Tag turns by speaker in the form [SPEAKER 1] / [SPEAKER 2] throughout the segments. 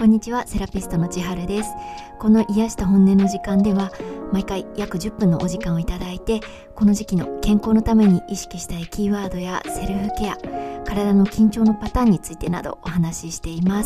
[SPEAKER 1] こんにちは、セラピストの千春です。この癒した本音の時間では毎回約10分のお時間をいただいて、この時期の健康のために意識したいキーワードやセルフケア、体の緊張のパターンについてなどお話ししています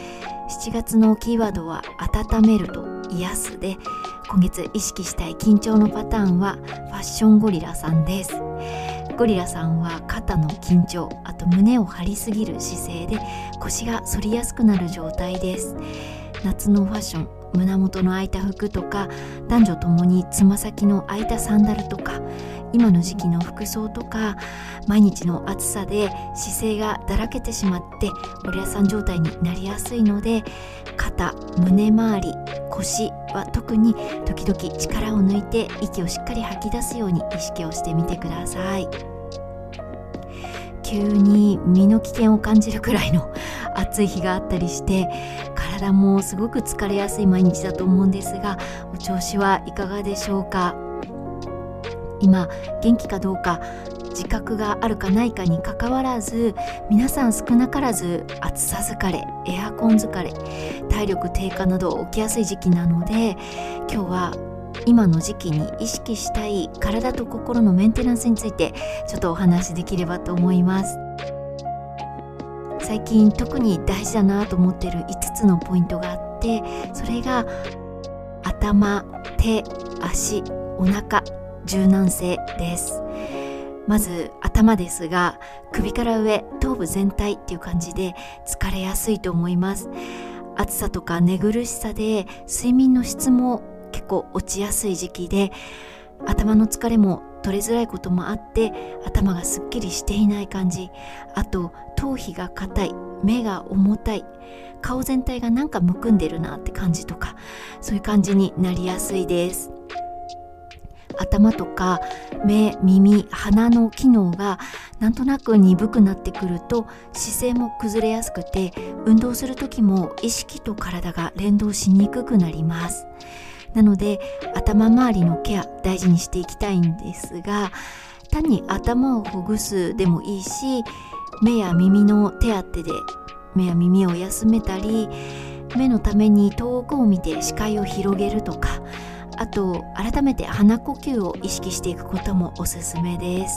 [SPEAKER 1] 。7月のキーワードは温めると癒すで、今月意識したい緊張のパターンはファッションゴリラさんです。ゴリラさんは肩の緊張、あと胸を張りすぎる姿勢で腰が反りやすくなる状態です。夏のファッション、胸元の開いた服とか、男女ともにつま先の開いたサンダルとか、今の時期の服装とか、毎日の暑さで姿勢がだらけてしまってゴリラさん状態になりやすいので、肩、胸周り、腰は特に時々力を抜いて息をしっかり吐き出すように意識をしてみてください。急に身の危険を感じるくらいの暑い日があったりして、体もすごく疲れやすい毎日だと思うんですが、お調子はいかがでしょうか。今元気かどうか自覚があるかないかにかかわらず、皆さん少なからず暑さ疲れ、エアコン疲れ、体力低下など起きやすい時期なので、今日は今の時期に意識したい体と心のメンテナンスについてちょっとお話しできればと思います。最近特に大事だなと思っている5つのポイントがあって、それが頭、手、足、お腹、柔軟性です。まず頭ですが、首から上、頭部全体っていう感じで疲れやすいと思います。暑さとか寝苦しさで睡眠の質も結構落ちやすい時期で、頭の疲れも取りづらいこともあって、頭がすっきりしていない感じ、あと頭皮が硬い、目が重たい、顔全体がなんかむくんでるなって感じとか、そういう感じになりやすいです。頭とか目、耳、鼻の機能がなんとなく鈍くなってくると姿勢も崩れやすくて、運動する時も意識と体が連動しにくくなります。なので頭周りのケア大事にしていきたいんですが、単に頭をほぐすでもいいし、目や耳の手当てで目や耳を休めたり、目のために遠くを見て視界を広げるとか、あと改めて鼻呼吸を意識していくこともおすすめです。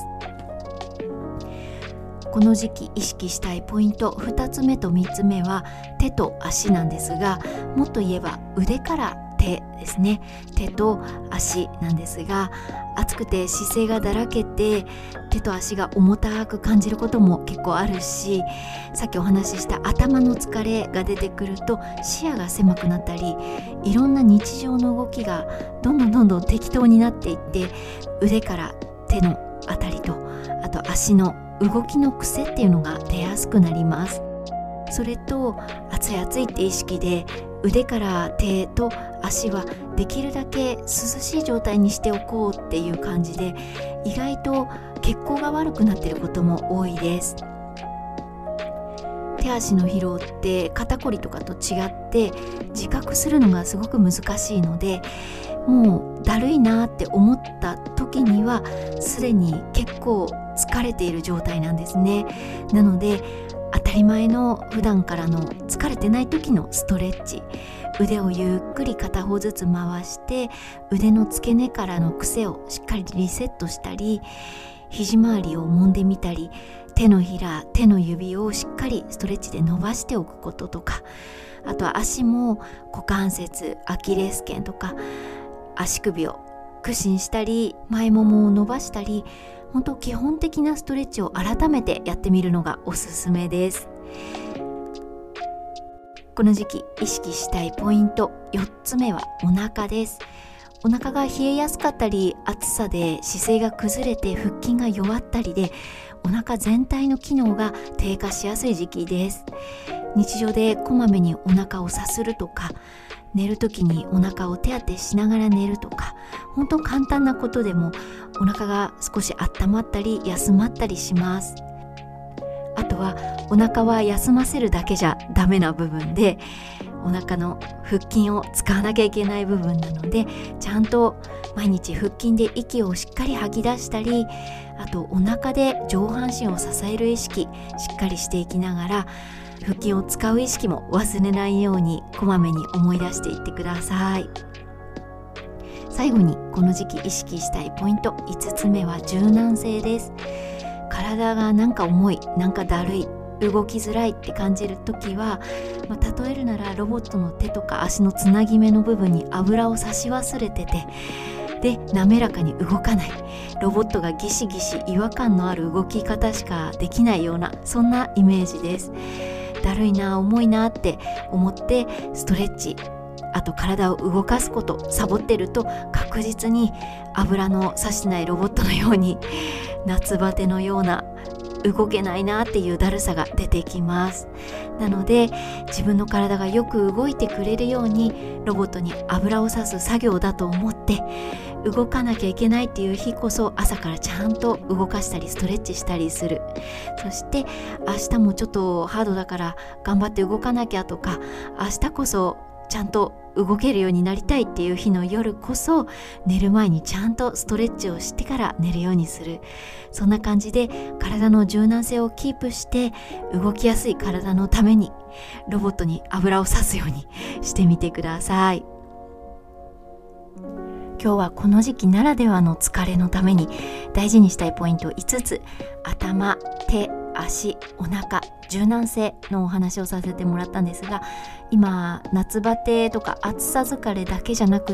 [SPEAKER 1] この時期意識したいポイント2つ目と3つ目は手と足なんですが、もっと言えば腕から手ですね。手と足なんですが、暑くて姿勢がだらけて手と足が重たく感じることも結構あるし、さっきお話しした頭の疲れが出てくると視野が狭くなったり、いろんな日常の動きがどんどん適当になっていって、腕から手のあたりと、あと足の動きの癖っていうのが出やすくなります。それと暑いって意識で腕から手と足はできるだけ涼しい状態にしておこうっていう感じで、意外と血行が悪くなっていることも多いです。手足の疲労って肩こりとかと違って自覚するのがすごく難しいので、もうだるいなって思った時にはすでに結構疲れている状態なんですね。なので当たり前の普段からの疲れてない時のストレッチ、腕をゆっくり片方ずつ回して腕の付け根からの癖をしっかりリセットしたり、肘周りを揉んでみたり、手のひら、手の指をしっかりストレッチで伸ばしておくこととか、あとは足も股関節、アキレス腱とか足首を屈伸したり、前ももを伸ばしたり、本当基本的なストレッチを改めてやってみるのがおすすめです。この時期意識したいポイント4つ目はお腹です。お腹が冷えやすかったり、暑さで姿勢が崩れて腹筋が弱ったりで、お腹全体の機能が低下しやすい時期です。日常でこまめにお腹をさするとか、寝る時にお腹を手当てしながら寝るとか、本当簡単なことでもお腹が少し温まったり休まったりします。あとはお腹は休ませるだけじゃダメな部分で、 お腹の腹筋を使わなきゃいけない部分なので、ちゃんと毎日腹筋で息をしっかり吐き出したり、あとお腹で上半身を支える意識しっかりしていきながら、腹筋を使う意識も忘れないようにこまめに思い出していってください。最後にこの時期意識したいポイント5つ目は柔軟性です。体がなんか重い、なんかだるい、動きづらいって感じるときは、例えるならロボットの手とか足のつなぎ目の部分に油を差し忘れてて、で滑らかに動かない、ロボットがギシギシ違和感のある動き方しかできないような、そんなイメージです。だるいな、重いなって思ってストレッチ、あと体を動かすことサボってると、確実に油の差してないロボットのように夏バテのような動けないなっていうだるさが出てきます。なので自分の体がよく動いてくれるように、ロボットに油を差す作業だと思って動かなきゃいけないっていう日こそ、朝からちゃんと動かしたりストレッチしたりする。そして明日もちょっとハードだから頑張って動かなきゃとか、明日こそちゃんと動けるようになりたいっていう日の夜こそ、寝る前にちゃんとストレッチをしてから寝るようにする。そんな感じで体の柔軟性をキープして、動きやすい体のためにロボットに油を差すようにしてみてください。今日はこの時期ならではの疲れのために大事にしたいポイント5つ、頭、手、足、お腹、柔軟性のお話をさせてもらったんですが、今夏バテとか暑さ疲れだけじゃなくって、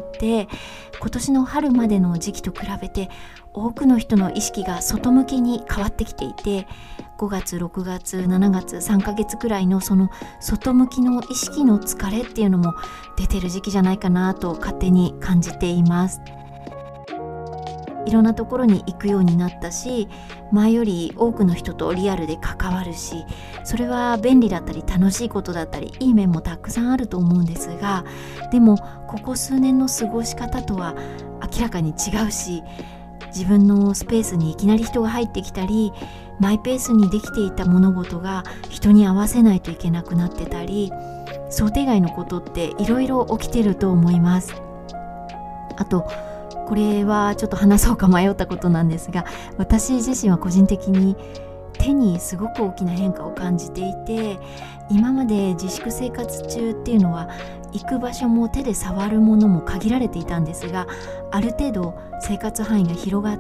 [SPEAKER 1] 今年の春までの時期と比べて多くの人の意識が外向きに変わってきていて、5月、6月、7月、3ヶ月くらいのその外向きの意識の疲れっていうのも出てる時期じゃないかなと勝手に感じています。いろんなところに行くようになったし、前より多くの人とリアルで関わるし、それは便利だったり楽しいことだったりいい面もたくさんあると思うんですが、でもここ数年の過ごし方とは明らかに違うし、自分のスペースにいきなり人が入ってきたり、マイペースにできていた物事が人に合わせないといけなくなってたり、想定外のことっていろいろ起きてると思います。あとこれはちょっと話そうか迷ったことなんですが、私自身は個人的に手にすごく大きな変化を感じていて、今まで自粛生活中っていうのは行く場所も手で触るものも限られていたんですが、ある程度生活範囲が広がって、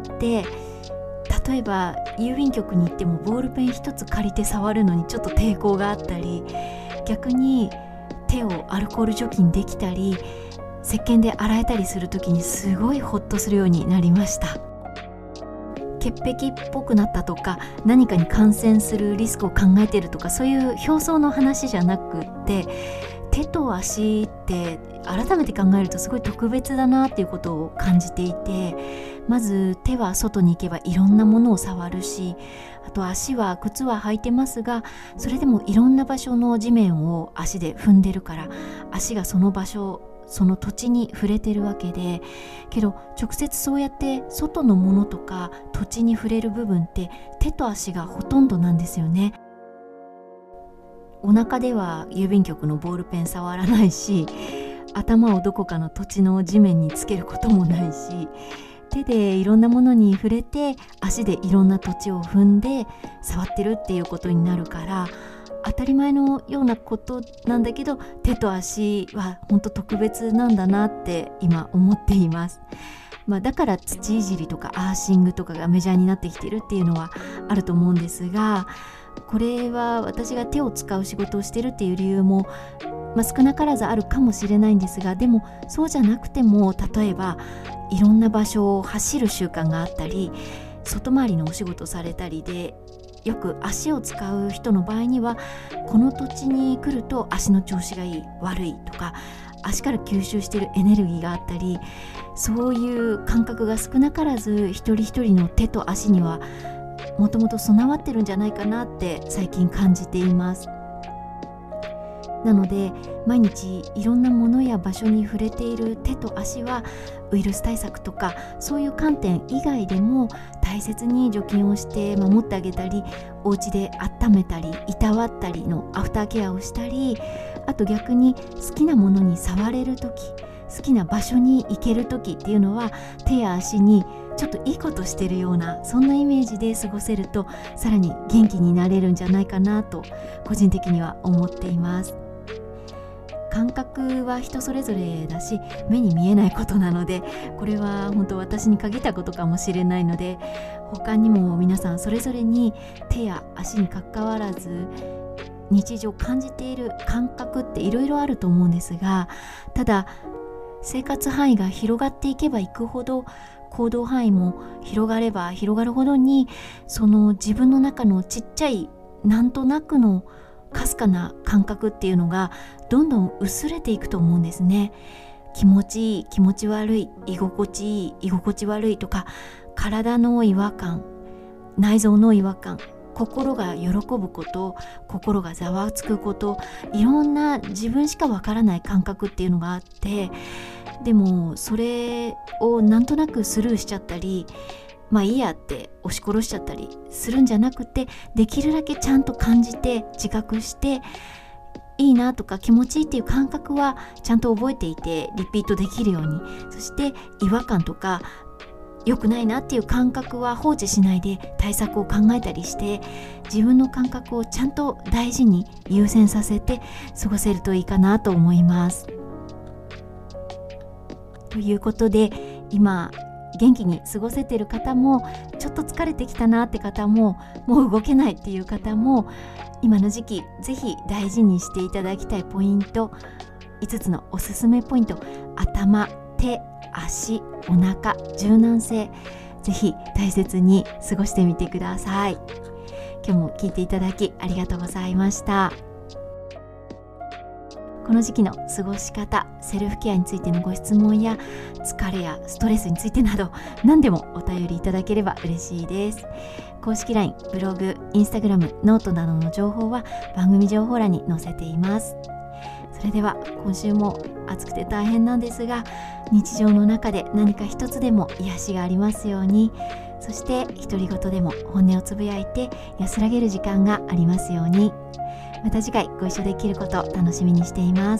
[SPEAKER 1] 例えば郵便局に行ってもボールペン一つ借りて触るのにちょっと抵抗があったり、逆に手をアルコール除菌できたり、石鹸で洗えたりするときにすごいホッとするようになりました。潔癖っぽくなったとか、何かに感染するリスクを考えているとか、そういう表層の話じゃなくって、手と足って改めて考えるとすごい特別だなっていうことを感じていて、まず手は外に行けばいろんなものを触るし、あと足は靴は履いてますが、それでもいろんな場所の地面を足で踏んでるから、足がその場所、その土地に触れてるわけで、けど直接そうやって外のものとか土地に触れる部分って手と足がほとんどなんですよね。お腹では郵便局のボールペン触らないし、頭をどこかの土地の地面につけることもないし、手でいろんなものに触れて足でいろんな土地を踏んで触ってるっていうことになるから、当たり前のようなことなんだけど、手と足は本当特別なんだなって今思っています。だから土いじりとかアーシングとかがメジャーになってきてるっていうのはあると思うんですが、これは私が手を使う仕事をしてるっていう理由も、少なからずあるかもしれないんですが、でもそうじゃなくても、例えばいろんな場所を走る習慣があったり、外回りのお仕事されたりでよく足を使う人の場合には、この土地に来ると足の調子がいい悪いとか、足から吸収しているエネルギーがあったり、そういう感覚が少なからず一人一人の手と足にはもともと備わってるんじゃないかなって最近感じています。なので毎日いろんなものや場所に触れている手と足は、ウイルス対策とかそういう観点以外でも大切に除菌をして守ってあげたり、お家で温めたりいたわったりのアフターケアをしたり、 あと逆に好きなものに触れる時、好きな場所に行ける時っていうのは手や足にちょっといいことしてるような、そんなイメージで過ごせるとさらに元気になれるんじゃないかなと個人的には思っています。感覚は人それぞれだし、目に見えないことなので、これは本当私に限ったことかもしれないので、他にも皆さんそれぞれに手や足にかかわらず日常感じている感覚っていろいろあると思うんですが、ただ生活範囲が広がっていけばいくほど、行動範囲も広がれば広がるほどに、その自分の中のちっちゃいなんとなくのかすかな感覚っていうのがどんどん薄れていくと思うんですね。気持ちいい、気持ち悪い、居心地いい、居心地悪いとか、体の違和感、内臓の違和感、心が喜ぶこと、心がざわつくこと、いろんな自分しかわからない感覚っていうのがあって、でもそれをなんとなくスルーしちゃったり、まあいいやって押し殺しちゃったりするんじゃなくて、できるだけちゃんと感じて自覚して、いいなとか気持ちいいっていう感覚はちゃんと覚えていてリピートできるように、そして違和感とか良くないなっていう感覚は放置しないで対策を考えたりして、自分の感覚をちゃんと大事に優先させて過ごせるといいかなと思います。ということで、今元気に過ごせてる方も、ちょっと疲れてきたなって方も、もう動けないっていう方も、今の時期ぜひ大事にしていただきたいポイント5つのおすすめポイント、頭、手、足、お腹、柔軟性、ぜひ大切に過ごしてみてください。今日も聞いていただきありがとうございました。この時期の過ごし方、セルフケアについてのご質問や疲れやストレスについてなど、何でもお便りいただければ嬉しいです。公式 LINE、ブログ、Instagram、ノートなどの情報は番組情報欄に載せています。それでは今週も暑くて大変なんですが、日常の中で何か一つでも癒しがありますように、そして独り言でも本音をつぶやいて安らげる時間がありますように。また次回ご一緒できることを楽しみにしています。